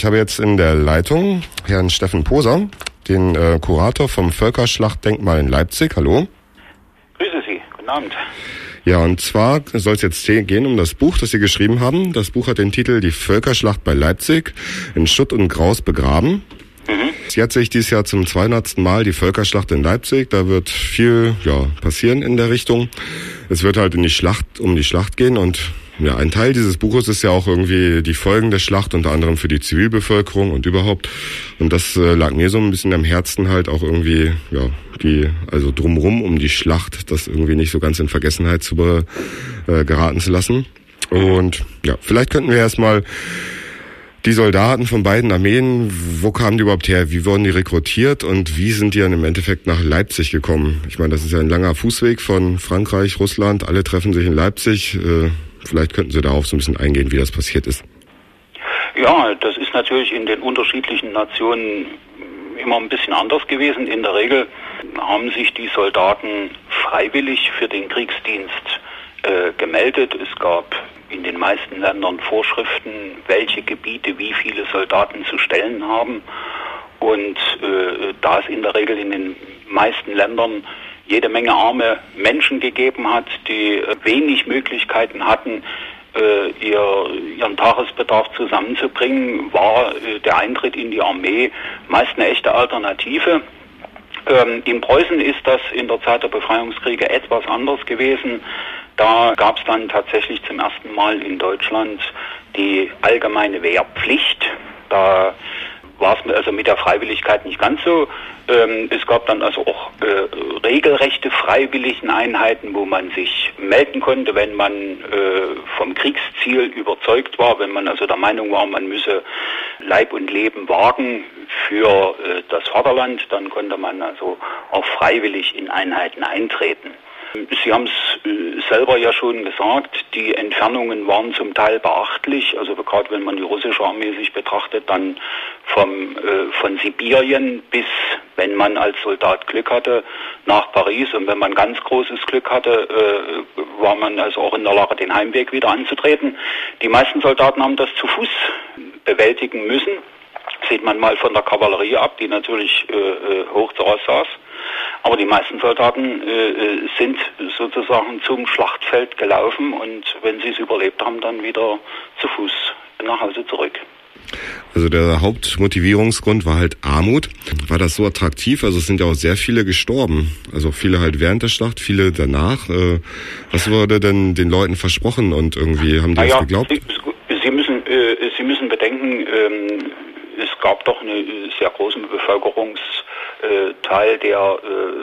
Ich habe jetzt in der Leitung Herrn Steffen Poser, den Kurator vom Völkerschlachtdenkmal in Leipzig. Hallo. Grüße Sie, guten Abend. Ja, und zwar soll es jetzt gehen um das Buch, das Sie geschrieben haben. Das Buch hat den Titel Die Völkerschlacht bei Leipzig, in Schutt und Graus begraben. Jetzt sich dieses Jahr zum 200. Mal die Völkerschlacht in Leipzig. Da wird viel passieren in der Richtung. Es wird halt um die Schlacht gehen und ja, ein Teil dieses Buches ist ja auch irgendwie die Folgen der Schlacht, unter anderem für die Zivilbevölkerung und überhaupt. Und das lag mir so ein bisschen am Herzen halt auch irgendwie, also drumrum um die Schlacht, das irgendwie nicht so ganz in Vergessenheit geraten zu lassen. Und ja, vielleicht könnten wir erstmal die Soldaten von beiden Armeen, wo kamen die überhaupt her? Wie wurden die rekrutiert und wie sind die dann im Endeffekt nach Leipzig gekommen? Ich meine, das ist ja ein langer Fußweg von Frankreich, Russland, alle treffen sich in Leipzig. Vielleicht könnten Sie darauf so ein bisschen eingehen, wie das passiert ist. Ja, das ist natürlich in den unterschiedlichen Nationen immer ein bisschen anders gewesen. In der Regel haben sich die Soldaten freiwillig für den Kriegsdienst gemeldet. Es gab in den meisten Ländern Vorschriften, welche Gebiete wie viele Soldaten zu stellen haben. Und da es in der Regel in den meisten Ländern jede Menge arme Menschen gegeben hat, die wenig Möglichkeiten hatten, ihren Tagesbedarf zusammenzubringen, war der Eintritt in die Armee meist eine echte Alternative. In Preußen ist das in der Zeit der Befreiungskriege etwas anders gewesen. Da gab es dann tatsächlich zum ersten Mal in Deutschland die allgemeine Wehrpflicht. Da war es also mit der Freiwilligkeit nicht ganz so. Es gab dann also auch regelrechte Freiwilligeneinheiten, wo man sich melden konnte, wenn man vom Kriegsziel überzeugt war, wenn man also der Meinung war, man müsse Leib und Leben wagen für das Vaterland, dann konnte man also auch freiwillig in Einheiten eintreten. Sie haben es selber ja schon gesagt, die Entfernungen waren zum Teil beachtlich, also gerade wenn man die russische Armee sich betrachtet, dann von Sibirien bis, wenn man als Soldat Glück hatte, nach Paris, und wenn man ganz großes Glück hatte, war man also auch in der Lage, den Heimweg wieder anzutreten. Die meisten Soldaten haben das zu Fuß bewältigen müssen. Sieht man mal von der Kavallerie ab, die natürlich hoch zu Ross saß. Aber die meisten Soldaten sind sozusagen zum Schlachtfeld gelaufen und wenn sie es überlebt haben, dann wieder zu Fuß nach Hause zurück. Also der Hauptmotivierungsgrund war halt Armut. War das so attraktiv? Also es sind ja auch sehr viele gestorben. Also viele halt während der Schlacht, viele danach. Was wurde denn den Leuten versprochen und irgendwie haben die das geglaubt? Sie müssen bedenken, es gab doch einen sehr großen Bevölkerungsteil, der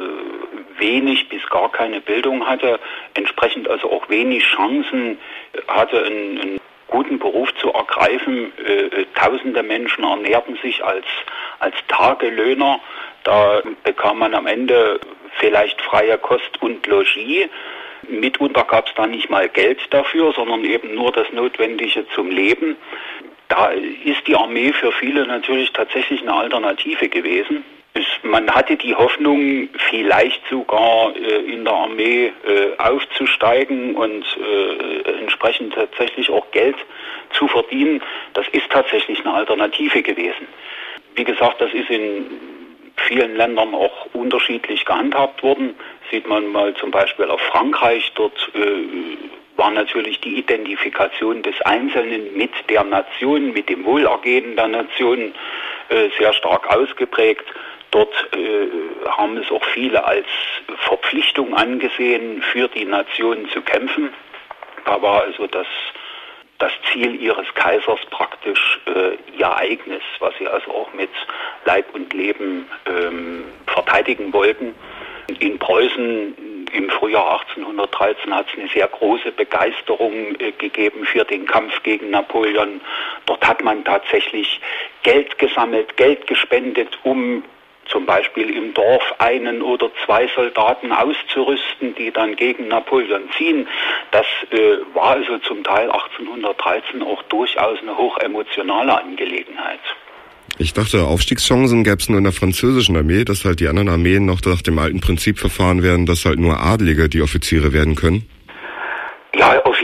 wenig bis gar keine Bildung hatte, entsprechend also auch wenig Chancen hatte, einen guten Beruf zu ergreifen. Tausende Menschen ernährten sich als Tagelöhner. Da bekam man am Ende vielleicht freie Kost und Logis. Mitunter gab es da nicht mal Geld dafür, sondern eben nur das Notwendige zum Leben. Da ist die Armee für viele natürlich tatsächlich eine Alternative gewesen. Man hatte die Hoffnung, vielleicht sogar in der Armee aufzusteigen und entsprechend tatsächlich auch Geld zu verdienen. Das ist tatsächlich eine Alternative gewesen. Wie gesagt, das ist in vielen Ländern auch unterschiedlich gehandhabt worden. Sieht man mal zum Beispiel auf Frankreich, dort war natürlich die Identifikation des Einzelnen mit der Nation, mit dem Wohlergehen der Nation sehr stark ausgeprägt. Dort haben es auch viele als Verpflichtung angesehen, für die Nation zu kämpfen. Da war also das Ziel ihres Kaisers praktisch ihr eigenes, was sie also auch mit Leib und Leben verteidigen wollten. In Preußen im Frühjahr 1813 hat es eine sehr große Begeisterung gegeben für den Kampf gegen Napoleon. Dort hat man tatsächlich Geld gesammelt, Geld gespendet, um zum Beispiel im Dorf einen oder zwei Soldaten auszurüsten, die dann gegen Napoleon ziehen. Das war also zum Teil 1813 auch durchaus eine hochemotionale Angelegenheit. Ich dachte, Aufstiegschancen gäbe es nur in der französischen Armee, dass halt die anderen Armeen noch nach dem alten Prinzip verfahren werden, dass halt nur Adlige die Offiziere werden können. Ja,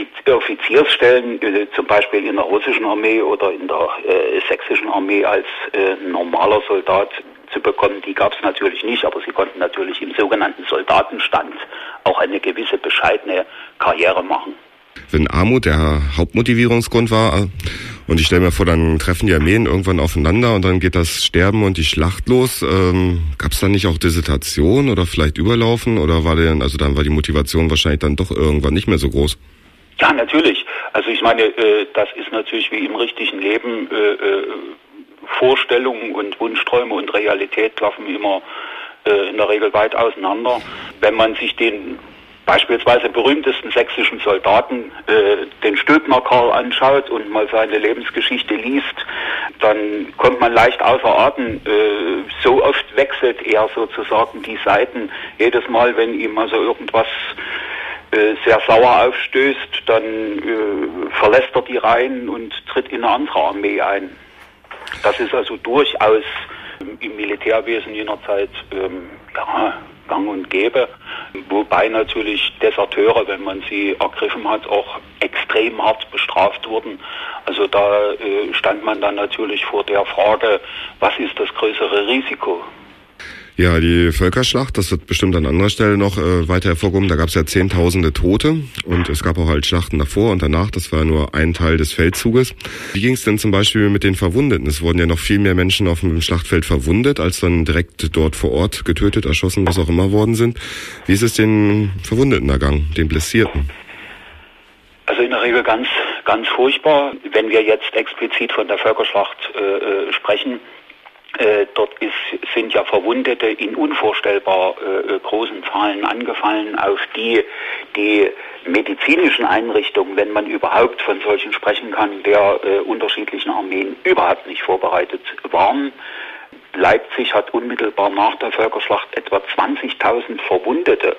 Offiziersstellen, zum Beispiel in der russischen Armee oder in der sächsischen Armee als normaler Soldat zu bekommen, die gab es natürlich nicht, aber sie konnten natürlich im sogenannten Soldatenstand auch eine gewisse bescheidene Karriere machen. Wenn Armut der Hauptmotivierungsgrund war, und ich stelle mir vor, dann treffen die Armeen irgendwann aufeinander und dann geht das Sterben und die Schlacht los, gab es dann nicht auch Desertation oder vielleicht Überlaufen, oder dann war die Motivation wahrscheinlich dann doch irgendwann nicht mehr so groß? Ja, natürlich. Also ich meine, das ist natürlich wie im richtigen Leben, Vorstellungen und Wunschträume und Realität klaffen immer in der Regel weit auseinander. Wenn man sich den beispielsweise berühmtesten sächsischen Soldaten, den Stülpner Karl, anschaut und mal seine Lebensgeschichte liest, dann kommt man leicht außer Atem. So oft wechselt er sozusagen die Seiten. Jedes Mal, wenn ihm also irgendwas sehr sauer aufstößt, dann verlässt er die Reihen und tritt in eine andere Armee ein. Das ist also durchaus im Militärwesen jener Zeit gang und gäbe, wobei natürlich Deserteure, wenn man sie ergriffen hat, auch extrem hart bestraft wurden. Also da stand man dann natürlich vor der Frage, was ist das größere Risiko? Ja, die Völkerschlacht, das wird bestimmt an anderer Stelle noch weiter hervorgehoben. Da gab es ja Zehntausende Tote und es gab auch halt Schlachten davor und danach. Das war nur ein Teil des Feldzuges. Wie ging es denn zum Beispiel mit den Verwundeten? Es wurden ja noch viel mehr Menschen auf dem Schlachtfeld verwundet, als dann direkt dort vor Ort getötet, erschossen, was auch immer worden sind. Wie ist es den Verwundeten ergangen, den Blessierten? Also in der Regel ganz, ganz furchtbar. Wenn wir jetzt explizit von der Völkerschlacht sprechen, dort sind ja Verwundete in unvorstellbar großen Zahlen angefallen, auf die medizinischen Einrichtungen, wenn man überhaupt von solchen sprechen kann, der unterschiedlichen Armeen überhaupt nicht vorbereitet waren. Leipzig hat unmittelbar nach der Völkerschlacht etwa 20.000 Verwundete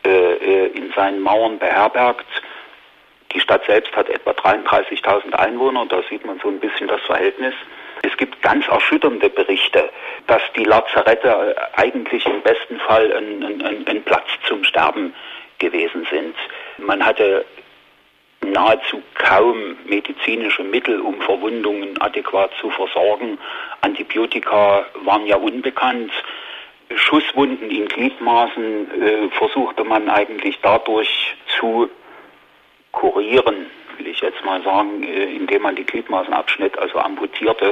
in seinen Mauern beherbergt. Die Stadt selbst hat etwa 33.000 Einwohner, da sieht man so ein bisschen das Verhältnis. Es gibt ganz erschütternde Berichte, dass die Lazarette eigentlich im besten Fall ein Platz zum Sterben gewesen sind. Man hatte nahezu kaum medizinische Mittel, um Verwundungen adäquat zu versorgen. Antibiotika waren ja unbekannt. Schusswunden in Gliedmaßen versuchte man eigentlich dadurch zu kurieren, will ich jetzt mal sagen, indem man die Gliedmaßen abschnitt, also amputierte.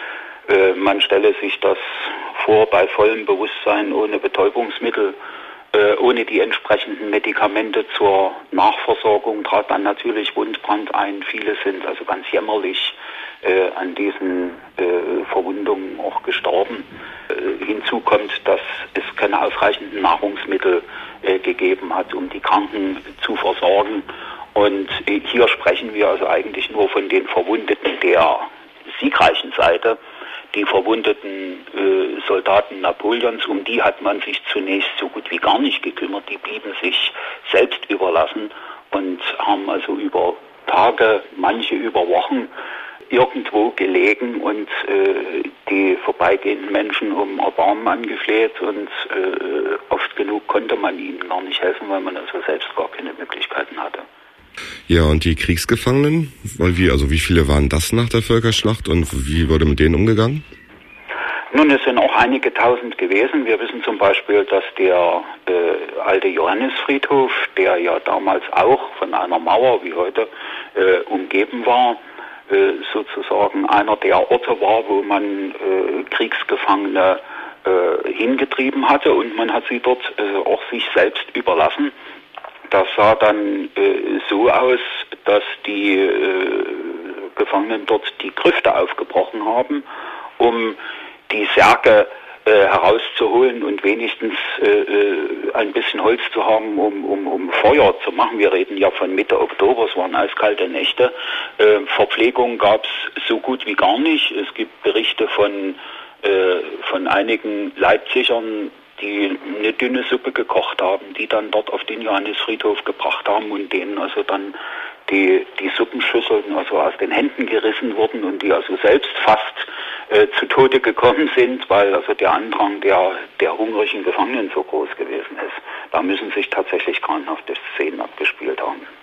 Man stelle sich das vor bei vollem Bewusstsein, ohne Betäubungsmittel, ohne die entsprechenden Medikamente zur Nachversorgung, trat dann natürlich Wundbrand ein. Viele sind also ganz jämmerlich an diesen Verwundungen auch gestorben. Hinzu kommt, dass es keine ausreichenden Nahrungsmittel gegeben hat, um die Kranken zu versorgen. Und hier sprechen wir also eigentlich nur von den Verwundeten der siegreichen Seite. Die verwundeten Soldaten Napoleons, um die hat man sich zunächst so gut wie gar nicht gekümmert. Die blieben sich selbst überlassen und haben also über Tage, manche über Wochen irgendwo gelegen und die vorbeigehenden Menschen um Erbarmen angefleht, und oft genug konnte man ihnen gar nicht helfen, weil man also selbst gar keine Möglichkeiten hatte. Ja, und die Kriegsgefangenen, wie viele waren das nach der Völkerschlacht und wie wurde mit denen umgegangen? Nun, es sind auch einige tausend gewesen. Wir wissen zum Beispiel, dass der alte Johannisfriedhof, der ja damals auch von einer Mauer wie heute umgeben war, sozusagen einer der Orte war, wo man Kriegsgefangene hingetrieben hatte, und man hat sie dort auch sich selbst überlassen. Das sah dann so aus, dass die Gefangenen dort die Grüfte aufgebrochen haben, um die Särge herauszuholen und wenigstens ein bisschen Holz zu haben, um Feuer zu machen. Wir reden ja von Mitte Oktober, es waren eiskalte Nächte. Verpflegung gab es so gut wie gar nicht. Es gibt Berichte von einigen Leipzigern, die eine dünne Suppe gekocht haben, die dann dort auf den Johannisfriedhof gebracht haben und denen also dann die Suppenschüsseln also aus den Händen gerissen wurden und die also selbst fast zu Tode gekommen sind, weil also der Andrang der hungrigen Gefangenen so groß gewesen ist. Da müssen sich tatsächlich grauenhafte Szenen abgespielt haben.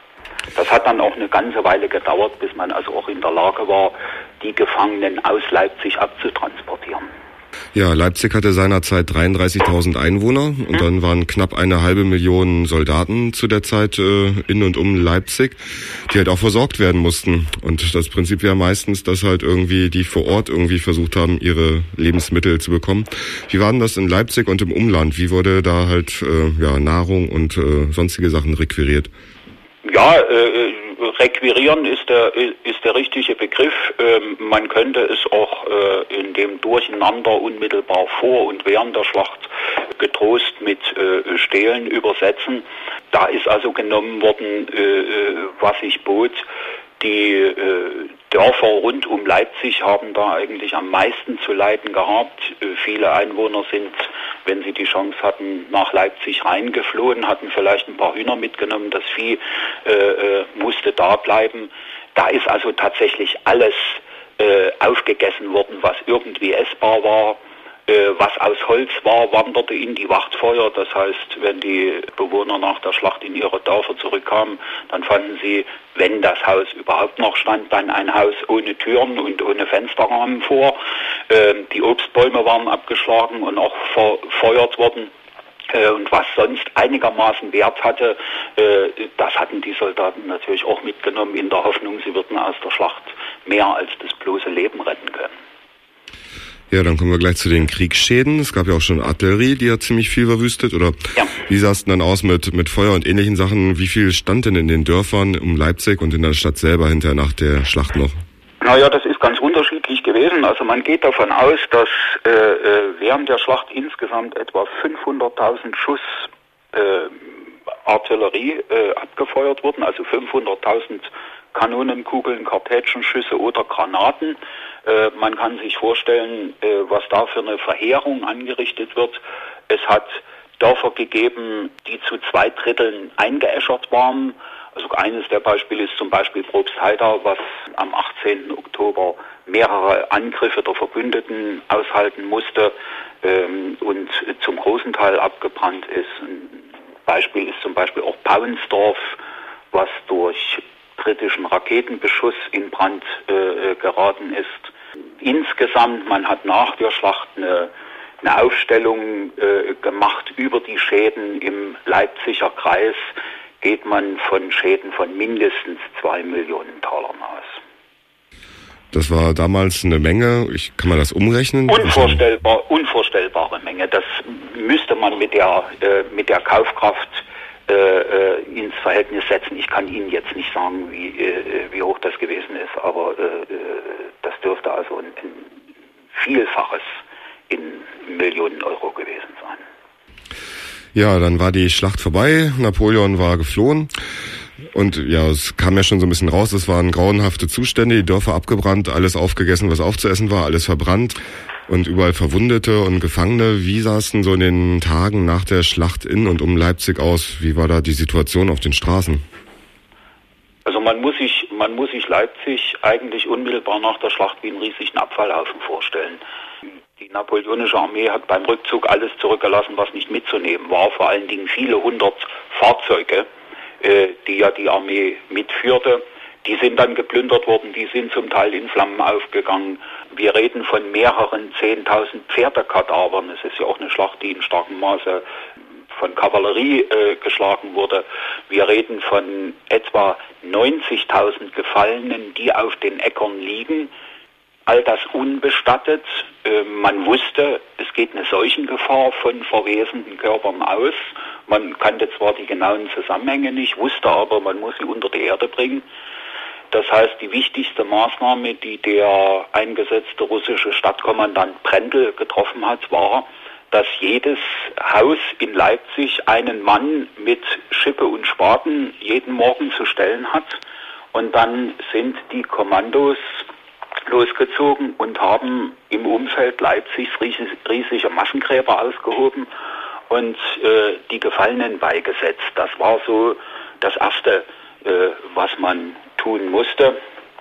Das hat dann auch eine ganze Weile gedauert, bis man also auch in der Lage war, die Gefangenen aus Leipzig abzutransportieren. Ja, Leipzig hatte seinerzeit 33.000 Einwohner und dann waren knapp 500.000 Soldaten zu der Zeit in und um Leipzig, die halt auch versorgt werden mussten. Und das Prinzip wäre meistens, dass halt irgendwie die vor Ort irgendwie versucht haben, ihre Lebensmittel zu bekommen. Wie war denn das in Leipzig und im Umland? Wie wurde da halt Nahrung und sonstige Sachen requiriert? Ja, requirieren ist der richtige Begriff. Man könnte es auch in dem Durcheinander unmittelbar vor und während der Schlacht getrost mit Stehlen übersetzen. Da ist also genommen worden, was sich bot. Die Dörfer rund um Leipzig haben da eigentlich am meisten zu leiden gehabt. Viele Einwohner sind, wenn sie die Chance hatten, nach Leipzig reingeflohen, hatten vielleicht ein paar Hühner mitgenommen. Das Vieh musste da bleiben. Da ist also tatsächlich alles aufgegessen worden, was irgendwie essbar war. Was aus Holz war, wanderte in die Wachtfeuer. Das heißt, wenn die Bewohner nach der Schlacht in ihre Dörfer zurückkamen, dann fanden sie, wenn das Haus überhaupt noch stand, dann ein Haus ohne Türen und ohne Fensterrahmen vor. Die Obstbäume waren abgeschlagen und auch verfeuert worden. Und was sonst einigermaßen Wert hatte, das hatten die Soldaten natürlich auch mitgenommen, in der Hoffnung, sie würden aus der Schlacht mehr als das bloße Leben retten können. Ja, dann kommen wir gleich zu den Kriegsschäden. Es gab ja auch schon Artillerie, die hat ziemlich viel verwüstet. Oder ja. Wie sah es denn dann aus mit Feuer und ähnlichen Sachen? Wie viel stand denn in den Dörfern um Leipzig und in der Stadt selber hinterher nach der Schlacht noch? Naja, das ist ganz unterschiedlich gewesen. Also man geht davon aus, dass während der Schlacht insgesamt etwa 500.000 Schuss Artillerie abgefeuert wurden, also 500.000 Kanonenkugeln, Kartätschenschüsse oder Granaten. Man kann sich vorstellen, was da für eine Verheerung angerichtet wird. Es hat Dörfer gegeben, die zu 2/3 eingeäschert waren. Also eines der Beispiele ist zum Beispiel Probstheida, was am 18. Oktober mehrere Angriffe der Verbündeten aushalten musste und zum großen Teil abgebrannt ist. Ein Beispiel ist zum Beispiel auch Pauensdorf, was durch britischen Raketenbeschuss in Brand geraten ist. Insgesamt, man hat nach der Schlacht eine Aufstellung gemacht über die Schäden im Leipziger Kreis, geht man von Schäden von mindestens 2 Millionen Talern aus. Das war damals eine Menge. Kann man das umrechnen? Unvorstellbare Menge. Das müsste man mit der Kaufkraft ins Verhältnis setzen. Ich kann Ihnen jetzt nicht sagen, wie hoch das gewesen ist, aber das dürfte also ein Vielfaches in Millionen Euro gewesen sein. Ja, dann war die Schlacht vorbei, Napoleon war geflohen und ja, es kam ja schon so ein bisschen raus, es waren grauenhafte Zustände, die Dörfer abgebrannt, alles aufgegessen, was aufzuessen war, alles verbrannt und überall Verwundete und Gefangene. Wie sah es denn so in den Tagen nach der Schlacht in und um Leipzig aus? Wie war da die Situation auf den Straßen? Also man muss sich Leipzig eigentlich unmittelbar nach der Schlacht wie einen riesigen Abfallhaufen vorstellen. Die napoleonische Armee hat beim Rückzug alles zurückgelassen, was nicht mitzunehmen war. Vor allen Dingen viele hundert Fahrzeuge, die ja die Armee mitführte. Die sind dann geplündert worden, die sind zum Teil in Flammen aufgegangen. Wir reden von mehreren 10.000 Pferdekadavern. Es ist ja auch eine Schlacht, die in starkem Maße von Kavallerie geschlagen wurde. Wir reden von etwa 90.000 Gefallenen, die auf den Äckern liegen. All das unbestattet. Man wusste, es geht eine Seuchengefahr von verwesenden Körpern aus. Man kannte zwar die genauen Zusammenhänge nicht, wusste aber, man muss sie unter die Erde bringen. Das heißt, die wichtigste Maßnahme, die der eingesetzte russische Stadtkommandant Brendel getroffen hat, war, dass jedes Haus in Leipzig einen Mann mit Schippe und Spaten jeden Morgen zu stellen hat. Und dann sind die Kommandos losgezogen und haben im Umfeld Leipzigs riesige Maschengräber ausgehoben und die Gefallenen beigesetzt. Das war so das Erste, was man tun musste,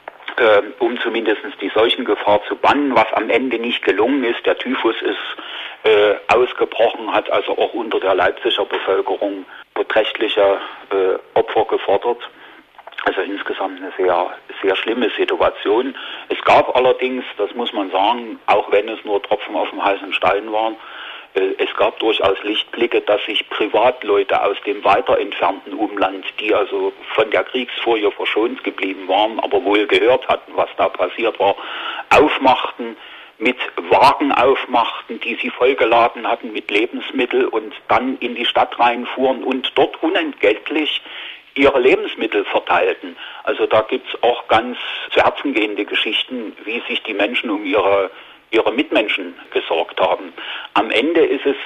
um zumindest die Seuchengefahr zu bannen, was am Ende nicht gelungen ist. Der Typhus ist ausgebrochen, hat also auch unter der Leipziger Bevölkerung beträchtliche Opfer gefordert. Also insgesamt eine sehr, sehr schlimme Situation. Es gab allerdings, das muss man sagen, auch wenn es nur Tropfen auf dem heißen Stein waren, es gab durchaus Lichtblicke, dass sich Privatleute aus dem weiter entfernten Umland, die also von der Kriegsfurche verschont geblieben waren, aber wohl gehört hatten, was da passiert war, aufmachten, mit Wagen aufmachten, die sie vollgeladen hatten mit Lebensmitteln und dann in die Stadt reinfuhren und dort unentgeltlich ihre Lebensmittel verteilten. Also da gibt's auch ganz zu Herzen gehende Geschichten, wie sich die Menschen um ihre Mitmenschen gesorgt haben. Am Ende ist es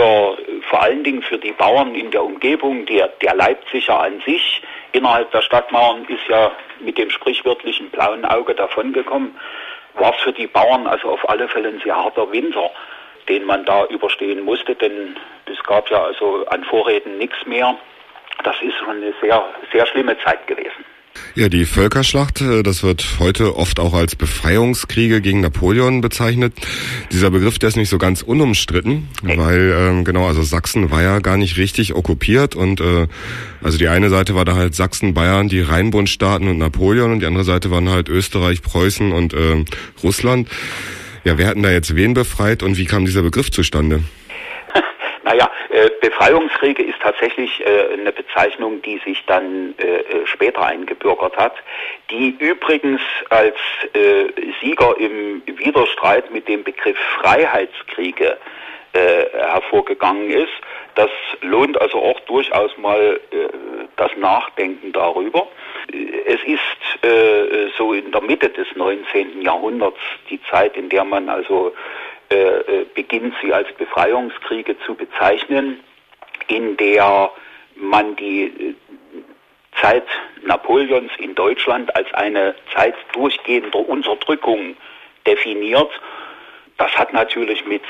vor allen Dingen für die Bauern in der Umgebung, der Leipziger an sich, innerhalb der Stadtmauern ist ja mit dem sprichwörtlichen blauen Auge davongekommen, war es für die Bauern also auf alle Fälle ein sehr harter Winter, den man da überstehen musste, denn es gab ja also an Vorräten nichts mehr. Das ist schon eine sehr, sehr schlimme Zeit gewesen. Ja, die Völkerschlacht, das wird heute oft auch als Befreiungskriege gegen Napoleon bezeichnet. Dieser Begriff, der ist nicht so ganz unumstritten, weil also Sachsen war ja gar nicht richtig okkupiert und also die eine Seite war da halt Sachsen, Bayern, die Rheinbundstaaten und Napoleon und die andere Seite waren halt Österreich, Preußen und Russland. Ja, wer hat denn da jetzt wen befreit und wie kam dieser Begriff zustande? Naja, Befreiungskriege ist tatsächlich eine Bezeichnung, die sich dann später eingebürgert hat, die übrigens als Sieger im Widerstreit mit dem Begriff Freiheitskriege hervorgegangen ist. Das lohnt also auch durchaus mal das Nachdenken darüber. Es ist so in der Mitte des 19. Jahrhunderts die Zeit, in der man also beginnt, sie als Befreiungskriege zu bezeichnen, in der man die Zeit Napoleons in Deutschland als eine Zeit durchgehender Unterdrückung definiert. Das hat natürlich mit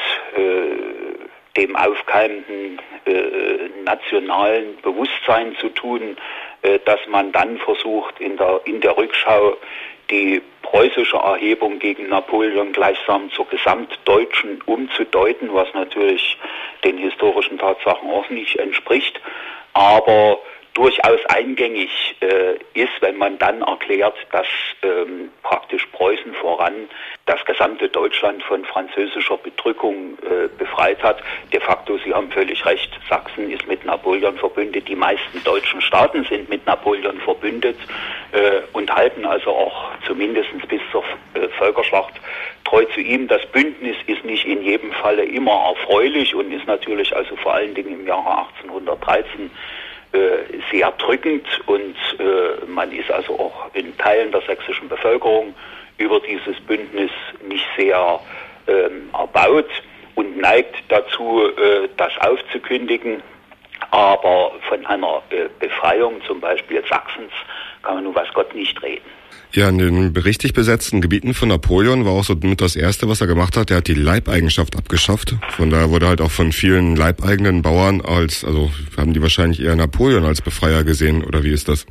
dem aufkeimenden nationalen Bewusstsein zu tun, dass man dann versucht, in der Rückschau die preußische Erhebung gegen Napoleon gleichsam zur gesamtdeutschen umzudeuten, was natürlich den historischen Tatsachen auch nicht entspricht, aber durchaus eingängig ist, wenn man dann erklärt, dass praktisch Preußen voran das gesamte Deutschland von französischer Bedrückung befreit hat. De facto, Sie haben völlig recht, Sachsen ist mit Napoleon verbündet, die meisten deutschen Staaten sind mit Napoleon verbündet und halten also auch zumindest bis zur Völkerschlacht treu zu ihm. Das Bündnis ist nicht in jedem Falle immer erfreulich und ist natürlich also vor allen Dingen im Jahre 1813 sehr drückend und man ist also auch in Teilen der sächsischen Bevölkerung über dieses Bündnis nicht sehr erbaut und neigt dazu, das aufzukündigen. Aber von einer Befreiung zum Beispiel Sachsens kann man nun weiß Gott nicht reden. Ja, in den richtig besetzten Gebieten von Napoleon war auch so mit das Erste, was er gemacht hat. Er hat die Leibeigenschaft abgeschafft. Von daher wurde halt auch von vielen leibeigenen Bauern also haben die wahrscheinlich eher Napoleon als Befreier gesehen, oder wie ist das?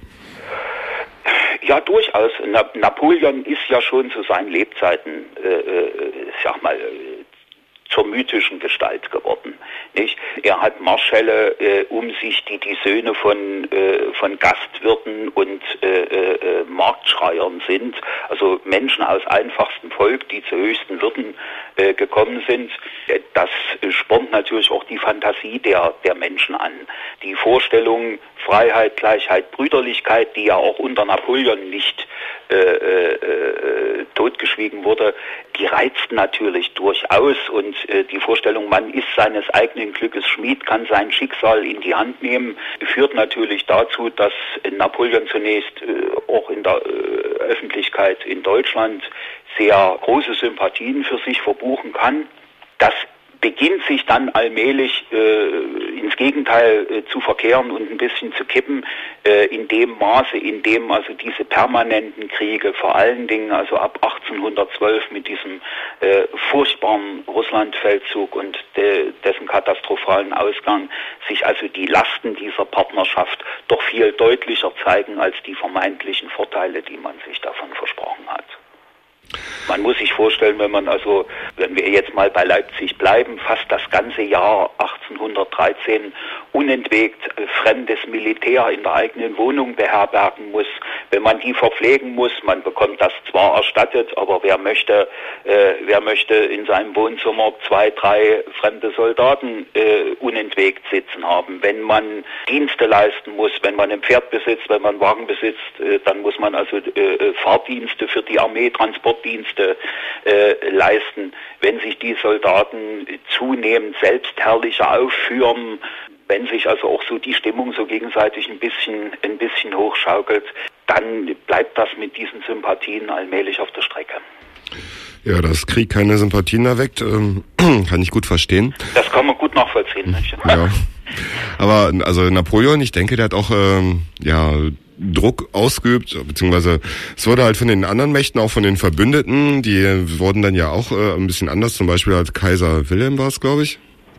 Ja, durchaus. Napoleon ist ja schon zu seinen Lebzeiten, zur mythischen Gestalt geworden. Nicht? Er hat Marschälle um sich, die Söhne von Gastwirten und Marktschreiern sind, also Menschen aus einfachstem Volk, die zu höchsten Würden gekommen sind. Das spornt natürlich auch die Fantasie der Menschen an. Die Vorstellung Freiheit, Gleichheit, Brüderlichkeit, die ja auch unter Napoleon nicht totgeschwiegen wurde, die reizt natürlich durchaus und die Vorstellung, man ist seines eigenen Glückes Schmied, kann sein Schicksal in die Hand nehmen, führt natürlich dazu, dass Napoleon zunächst auch in der Öffentlichkeit in Deutschland sehr große Sympathien für sich verbuchen kann. Das beginnt sich dann allmählich ins Gegenteil zu verkehren und ein bisschen zu kippen, in dem Maße, in dem also diese permanenten Kriege, vor allen Dingen also ab 1812 mit diesem furchtbaren Russlandfeldzug und dessen katastrophalen Ausgang, sich also die Lasten dieser Partnerschaft doch viel deutlicher zeigen als die vermeintlichen Vorteile, die man sich davon versprochen hat. Man muss sich vorstellen, wenn wir jetzt mal bei Leipzig bleiben, fast das ganze Jahr 1813 unentwegt fremdes Militär in der eigenen Wohnung beherbergen muss, wenn man die verpflegen muss, man bekommt das zwar erstattet, aber wer möchte in seinem Wohnzimmer 2, 3 fremde Soldaten unentwegt sitzen haben? Wenn man Dienste leisten muss, wenn man ein Pferd besitzt, wenn man einen Wagen besitzt, dann muss man also Fahrdienste für die Armee, Transportdienste leisten. Wenn sich die Soldaten zunehmend selbstherrlicher aufführen, wenn sich also auch so die Stimmung so gegenseitig ein bisschen hochschaukelt, dann bleibt das mit diesen Sympathien allmählich auf der Strecke. Ja, dass Krieg keine Sympathien erweckt, kann ich gut verstehen. Das kann man gut nachvollziehen. Nicht? Ja. Aber also Napoleon, ich denke, der hat auch Druck ausgeübt, beziehungsweise es wurde halt von den anderen Mächten, auch von den Verbündeten, die wurden dann ja auch ein bisschen anders, zum Beispiel als Kaiser Wilhelm war es, glaube ich.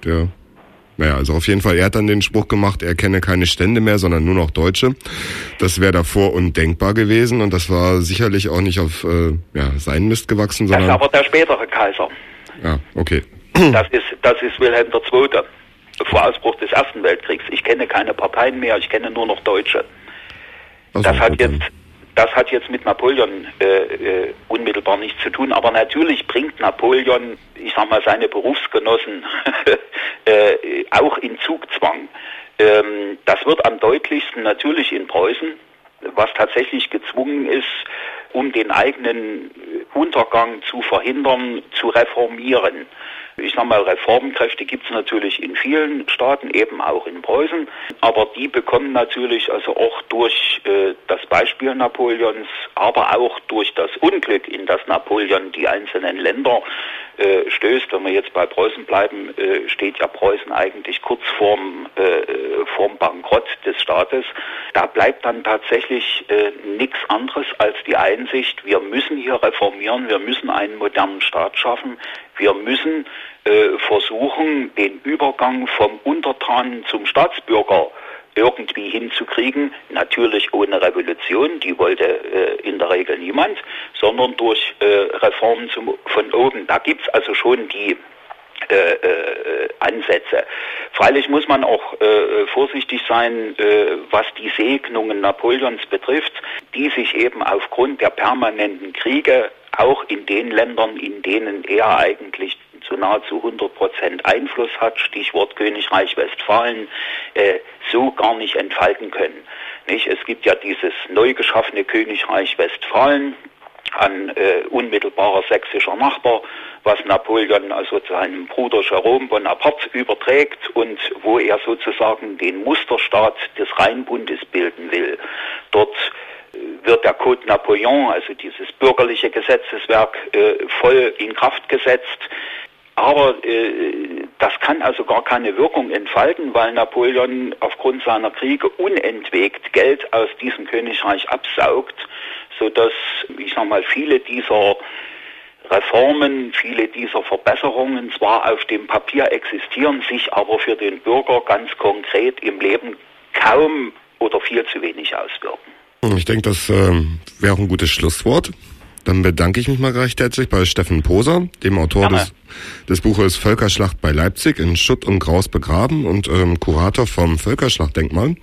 Also auf jeden Fall, er hat dann den Spruch gemacht, er kenne keine Stände mehr, sondern nur noch Deutsche. Das wäre davor undenkbar gewesen und das war sicherlich auch nicht auf seinen Mist gewachsen, sondern... Das ist aber der spätere Kaiser. Ja, okay. Das ist Wilhelm II. Vor Ausbruch des Ersten Weltkriegs. Ich kenne keine Parteien mehr, ich kenne nur noch Deutsche. Das hat jetzt mit Napoleon unmittelbar nichts zu tun, aber natürlich bringt Napoleon, ich sag mal, seine Berufsgenossen auch in Zugzwang. Das wird am deutlichsten natürlich in Preußen, was tatsächlich gezwungen ist, um den eigenen Untergang zu verhindern, zu reformieren. Ich sag mal, Reformkräfte gibt es natürlich in vielen Staaten, eben auch in Preußen, aber die bekommen natürlich also auch durch das Beispiel Napoleons, aber auch durch das Unglück, in das Napoleon die einzelnen Länder stößt. Wenn wir jetzt bei Preußen bleiben, steht ja Preußen eigentlich kurz vorm Bankrott des Staates. Da bleibt dann tatsächlich nichts anderes als die Einsicht, wir müssen hier reformieren, wir müssen einen modernen Staat schaffen, wir müssen versuchen, den Übergang vom Untertanen zum Staatsbürger irgendwie hinzukriegen, natürlich ohne Revolution, die wollte in der Regel niemand, sondern durch Reformen von oben. Da gibt's also schon die Ansätze. Freilich muss man auch vorsichtig sein, was die Segnungen Napoleons betrifft, die sich eben aufgrund der permanenten Kriege auch in den Ländern, in denen er eigentlich zu nahezu 100% Einfluss hat, Stichwort Königreich Westfalen, so gar nicht entfalten können. Nicht? Es gibt ja dieses neu geschaffene Königreich Westfalen an unmittelbarer sächsischer Nachbar, was Napoleon also seinem Bruder Jérôme Bonaparte überträgt und wo er sozusagen den Musterstaat des Rheinbundes bilden will. Dort wird der Code Napoleon, also dieses bürgerliche Gesetzeswerk, voll in Kraft gesetzt. Aber das kann also gar keine Wirkung entfalten, weil Napoleon aufgrund seiner Kriege unentwegt Geld aus diesem Königreich absaugt, sodass, ich sag mal, viele dieser Reformen, viele dieser Verbesserungen zwar auf dem Papier existieren, sich aber für den Bürger ganz konkret im Leben kaum oder viel zu wenig auswirken. Ich denke, das wäre auch ein gutes Schlusswort. Dann bedanke ich mich mal recht herzlich bei Steffen Poser, dem Autor des Buches Völkerschlacht bei Leipzig in Schutt und Graus begraben und Kurator vom Völkerschlachtdenkmal.